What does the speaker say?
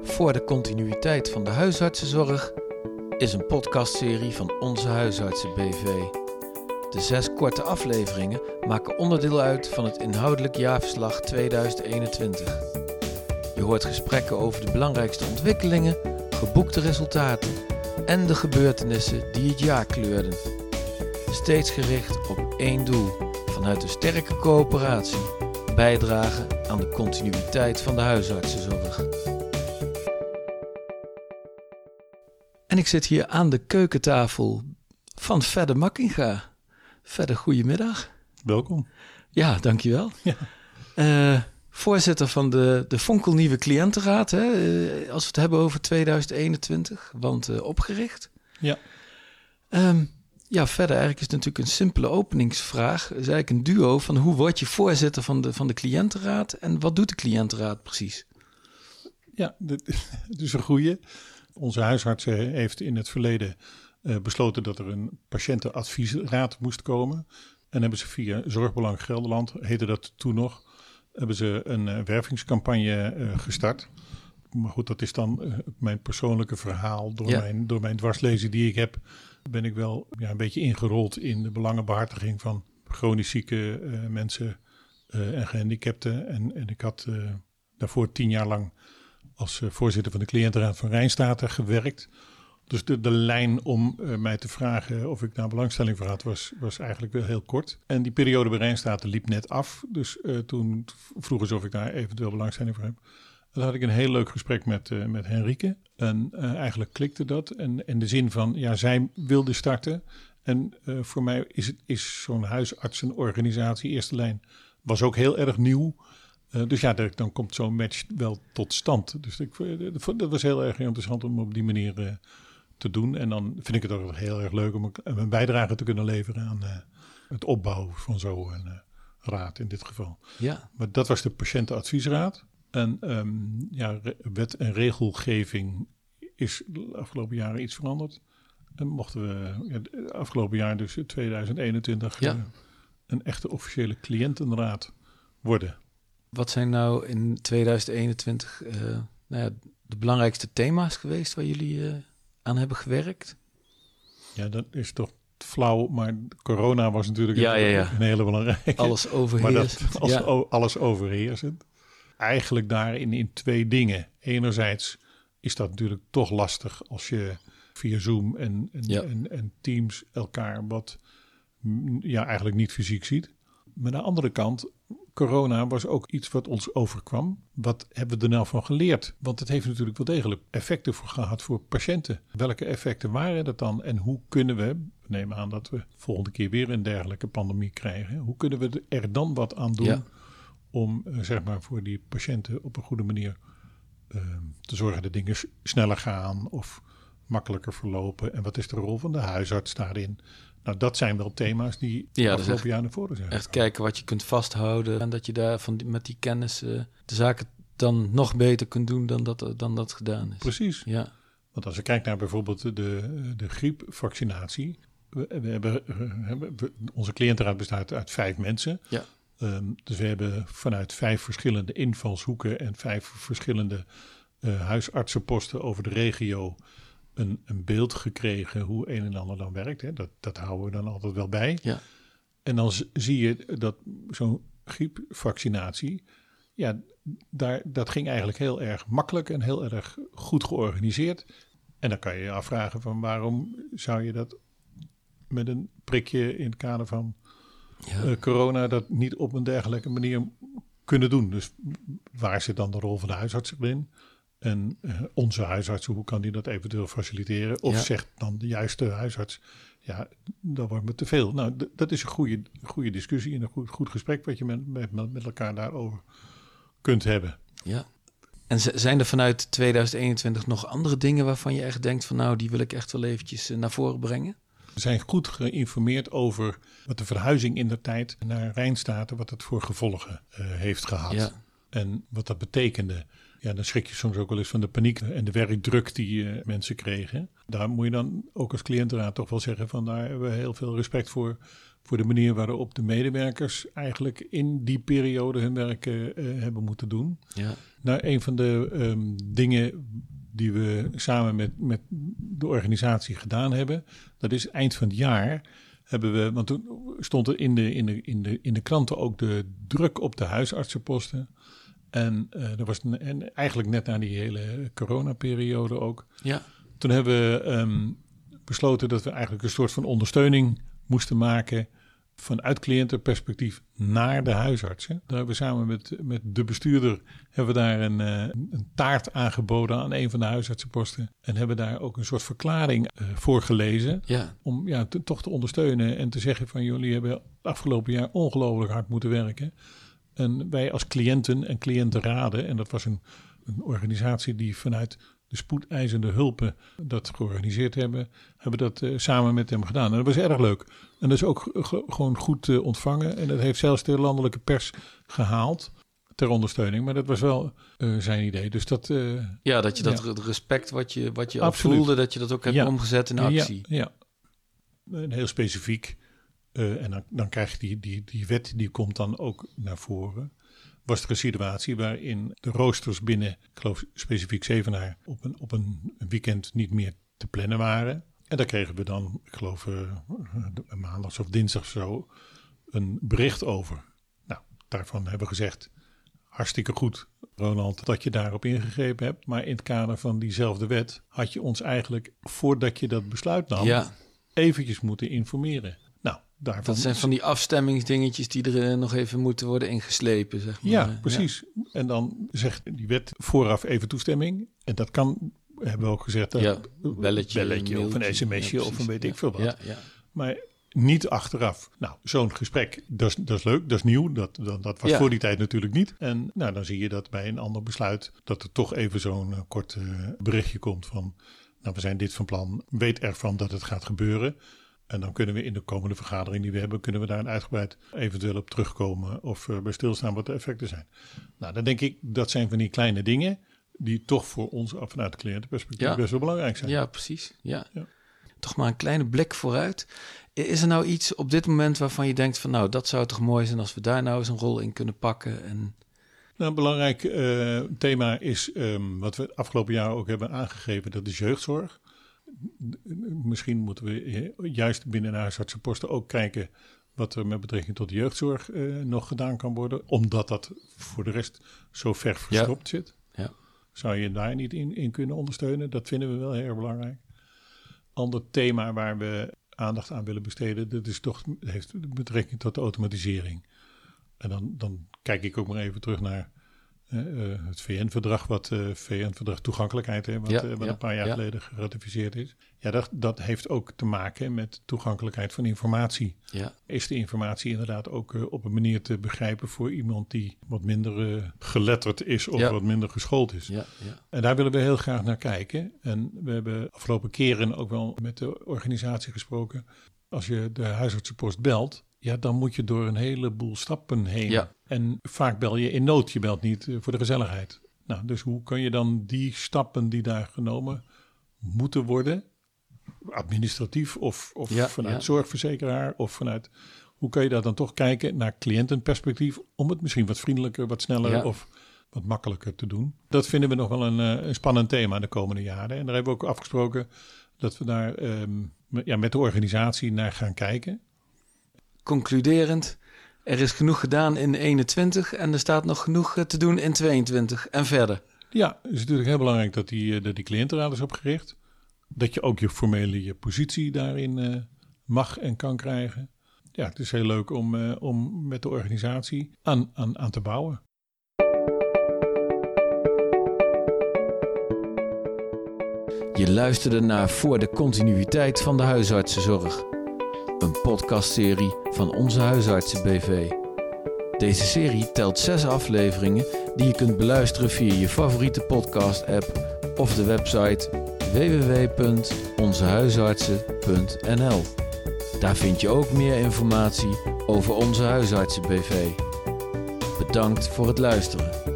Voor de continuïteit van de huisartsenzorg is een podcastserie van Onze Huisartsen BV. De 6 korte afleveringen maken onderdeel uit van het inhoudelijk jaarverslag 2021. Je hoort gesprekken over de belangrijkste ontwikkelingen, geboekte resultaten en de gebeurtenissen die het jaar kleurden. Steeds gericht op één doel, vanuit een sterke coöperatie, bijdragen aan de continuïteit van de huisartsenzorg. En ik zit hier aan de keukentafel van Fedde Makkinga. Fedde, goedemiddag. Welkom. Ja, dankjewel. Ja. Voorzitter van de Fonkelnieuwe Cliëntenraad, hè? Als we het hebben over 2021, want opgericht. Ja. Ja, verder eigenlijk is het natuurlijk een simpele openingsvraag. Het is eigenlijk een duo van hoe word je voorzitter van de cliëntenraad en wat doet de cliëntenraad precies? Ja, het is een goeie. Onze huisarts heeft in het verleden besloten dat er een patiëntenadviesraad moest komen. En hebben ze via Zorgbelang Gelderland, heette dat toen nog, hebben ze een wervingscampagne gestart. Maar goed, dat is dan mijn persoonlijke verhaal. Door mijn dwarslezen die ik heb, ben ik wel een beetje ingerold in de belangenbehartiging van chronisch zieke mensen en gehandicapten. En ik had daarvoor 10 jaar lang als voorzitter van de cliëntenraad van Rijnstaten gewerkt. Dus de lijn om mij te vragen of ik daar belangstelling voor had, was eigenlijk wel heel kort. En die periode bij Rijnstaten liep net af. Dus toen vroegen ze of ik daar eventueel belangstelling voor heb. Dan had ik een heel leuk gesprek met Henrike. En eigenlijk klikte dat. En in de zin van, ja, zij wilde starten. En voor mij is zo'n huisartsenorganisatie, eerste lijn, was ook heel erg nieuw. Dus ja, dan komt zo'n match wel tot stand. Dus dat was heel erg interessant om op die manier te doen. En dan vind ik het ook heel erg leuk om een bijdrage te kunnen leveren aan het opbouwen van zo'n raad in dit geval. Ja. Maar dat was de patiëntenadviesraad. En wet en regelgeving is de afgelopen jaren iets veranderd. En mochten we afgelopen jaar, dus 2021, een echte officiële cliëntenraad worden. Wat zijn nou in 2021 de belangrijkste thema's geweest waar jullie aan hebben gewerkt? Ja, dat is toch flauw, maar corona was natuurlijk een hele belangrijke. Alles overheersend. Maar alles overheersend. Eigenlijk daarin in 2 dingen. Enerzijds is dat natuurlijk toch lastig als je via Zoom en Teams elkaar eigenlijk niet fysiek ziet. Maar aan de andere kant, corona was ook iets wat ons overkwam. Wat hebben we er nou van geleerd? Want het heeft natuurlijk wel degelijk effecten gehad voor patiënten. Welke effecten waren dat dan? En hoe kunnen we nemen aan dat we volgende keer weer een dergelijke pandemie krijgen. Hoe kunnen we er dan wat aan doen om voor die patiënten op een goede manier te zorgen dat dingen sneller gaan of makkelijker verlopen? En wat is de rol van de huisarts daarin? Nou, dat zijn wel thema's die afgelopen jaar naar voren zijn. Echt kijken wat je kunt vasthouden en dat je daar met die kennis de zaken dan nog beter kunt doen dan dat gedaan is. Precies. Ja. Want als je kijkt naar bijvoorbeeld de griepvaccinatie. Onze cliëntenraad bestaat uit 5 mensen. Ja. Dus we hebben vanuit 5 verschillende invalshoeken en 5 verschillende huisartsenposten over de regio een beeld gekregen hoe een en ander dan werkt. Hè. Dat houden we dan altijd wel bij. Ja. En dan zie je dat zo'n griepvaccinatie, dat ging eigenlijk heel erg makkelijk en heel erg goed georganiseerd. En dan kan je je afvragen van waarom zou je dat met een prikje in het kader van corona dat niet op een dergelijke manier kunnen doen. Dus waar zit dan de rol van de huisarts in? En onze huisarts, hoe kan die dat eventueel faciliteren? Of zegt dan de juiste huisarts, dat wordt me te veel. Nou, dat is een goede discussie en een goed gesprek wat je met elkaar daarover kunt hebben. Ja. En zijn er vanuit 2021 nog andere dingen waarvan je echt denkt van nou, die wil ik echt wel eventjes naar voren brengen? We zijn goed geïnformeerd over wat de verhuizing in de tijd naar Rijnstaten, wat het voor gevolgen heeft gehad. Ja. En wat dat betekende. Ja, dan schrik je soms ook wel eens van de paniek en de werkdruk die mensen kregen. Daar moet je dan ook als cliëntenraad toch wel zeggen van daar hebben we heel veel respect voor voor de manier waarop de medewerkers eigenlijk in die periode hun werk hebben moeten doen. Ja. Nou, een van de dingen die we samen met de organisatie gedaan hebben, dat is eind van het jaar hebben we, want toen stond er in de kranten ook de druk op de huisartsenposten. En dat was eigenlijk net na die hele coronaperiode ook. Ja. Toen hebben we besloten dat we eigenlijk een soort van ondersteuning moesten maken vanuit cliëntenperspectief naar de huisartsen. Daar hebben we samen met de bestuurder hebben we daar een taart aangeboden aan een van de huisartsenposten. En hebben daar ook een soort verklaring voor gelezen. Ja. Om toch te ondersteunen en te zeggen van jullie hebben het afgelopen jaar ongelooflijk hard moeten werken. En wij als cliënten en cliëntenraden, en dat was een organisatie die vanuit de spoedeisende hulpen dat georganiseerd hebben dat samen met hem gedaan. En dat was erg leuk. En dat is ook gewoon goed ontvangen. En dat heeft zelfs de landelijke pers gehaald ter ondersteuning. Maar dat was wel zijn idee. Dus dat... dat je dat respect wat je al voelde, dat je dat ook hebt omgezet in actie. Ja. En heel specifiek. En dan krijg je die wet, die komt dan ook naar voren. Was er een situatie waarin de roosters binnen, ik geloof specifiek Zevenaar, op een weekend niet meer te plannen waren. En daar kregen we dan, ik geloof maandags of dinsdags zo, een bericht over. Nou, daarvan hebben we gezegd, hartstikke goed, Ronald, dat je daarop ingegrepen hebt. Maar in het kader van diezelfde wet had je ons eigenlijk, voordat je dat besluit nam, eventjes moeten informeren. Dat zijn van die afstemmingsdingetjes die er nog even moeten worden ingeslepen, zeg maar. Ja, precies. Ja. En dan zegt die wet vooraf even toestemming. En dat kan, hebben we ook gezegd, belletje of een sms'je of een weet ik veel wat. Ja. Maar niet achteraf. Nou, zo'n gesprek, dat is leuk, dat is nieuw. Dat was voor die tijd natuurlijk niet. En dan zie je dat bij een ander besluit dat er toch even zo'n kort berichtje komt van, we zijn dit van plan, weet ervan dat het gaat gebeuren. En dan kunnen we in de komende vergadering die we hebben, kunnen we daar uitgebreid eventueel op terugkomen of bij stilstaan wat de effecten zijn. Nou, dan denk ik, dat zijn van die kleine dingen die toch voor ons vanuit de cliëntenperspectief best wel belangrijk zijn. Ja, precies. Ja. Toch maar een kleine blik vooruit. Is er nou iets op dit moment waarvan je denkt van, dat zou toch mooi zijn als we daar nou eens een rol in kunnen pakken? En... Nou, een belangrijk thema is wat we afgelopen jaar ook hebben aangegeven, dat is jeugdzorg. Misschien moeten we juist binnen de huisartsenposten ook kijken wat er met betrekking tot de jeugdzorg nog gedaan kan worden. Omdat dat voor de rest zo ver verstopt zit. Ja. Zou je daar niet in kunnen ondersteunen? Dat vinden we wel heel erg belangrijk. Ander thema waar we aandacht aan willen besteden, dat is toch, heeft betrekking tot de automatisering. En dan kijk ik ook maar even terug naar het VN-verdrag, VN-verdrag toegankelijkheid, wat een paar jaar geleden geratificeerd is. Ja, dat heeft ook te maken met toegankelijkheid van informatie. Ja. Is de informatie inderdaad ook op een manier te begrijpen voor iemand die wat minder geletterd is of wat minder geschoold is. Ja. En daar willen we heel graag naar kijken. En we hebben afgelopen keren ook wel met de organisatie gesproken. Als je de huisartsenpost belt, dan moet je door een heleboel stappen heen. Ja. En vaak bel je in nood, je belt niet voor de gezelligheid. Nou, dus hoe kan je dan die stappen die daar genomen moeten worden, administratief of vanuit zorgverzekeraar of vanuit, hoe kan je daar dan toch kijken naar cliëntenperspectief om het misschien wat vriendelijker, wat sneller of wat makkelijker te doen. Dat vinden we nog wel een spannend thema de komende jaren. En daar hebben we ook afgesproken dat we daar met de organisatie naar gaan kijken. Cliëntenrad er is genoeg gedaan in 21 en er staat nog genoeg te doen in 22 en verder. Ja, het is natuurlijk heel belangrijk dat die cliëntenraad is opgericht. Dat je ook je formele positie daarin mag en kan krijgen. Ja, het is heel leuk om met de organisatie aan te bouwen. Je luisterde naar Voor de continuïteit van de huisartsenzorg. Een podcastserie van Onze Huisartsen BV. Deze serie telt 6 afleveringen die je kunt beluisteren via je favoriete podcast-app of de website www.onzehuisartsen.nl. Daar vind je ook meer informatie over Onze Huisartsen BV. Bedankt voor het luisteren.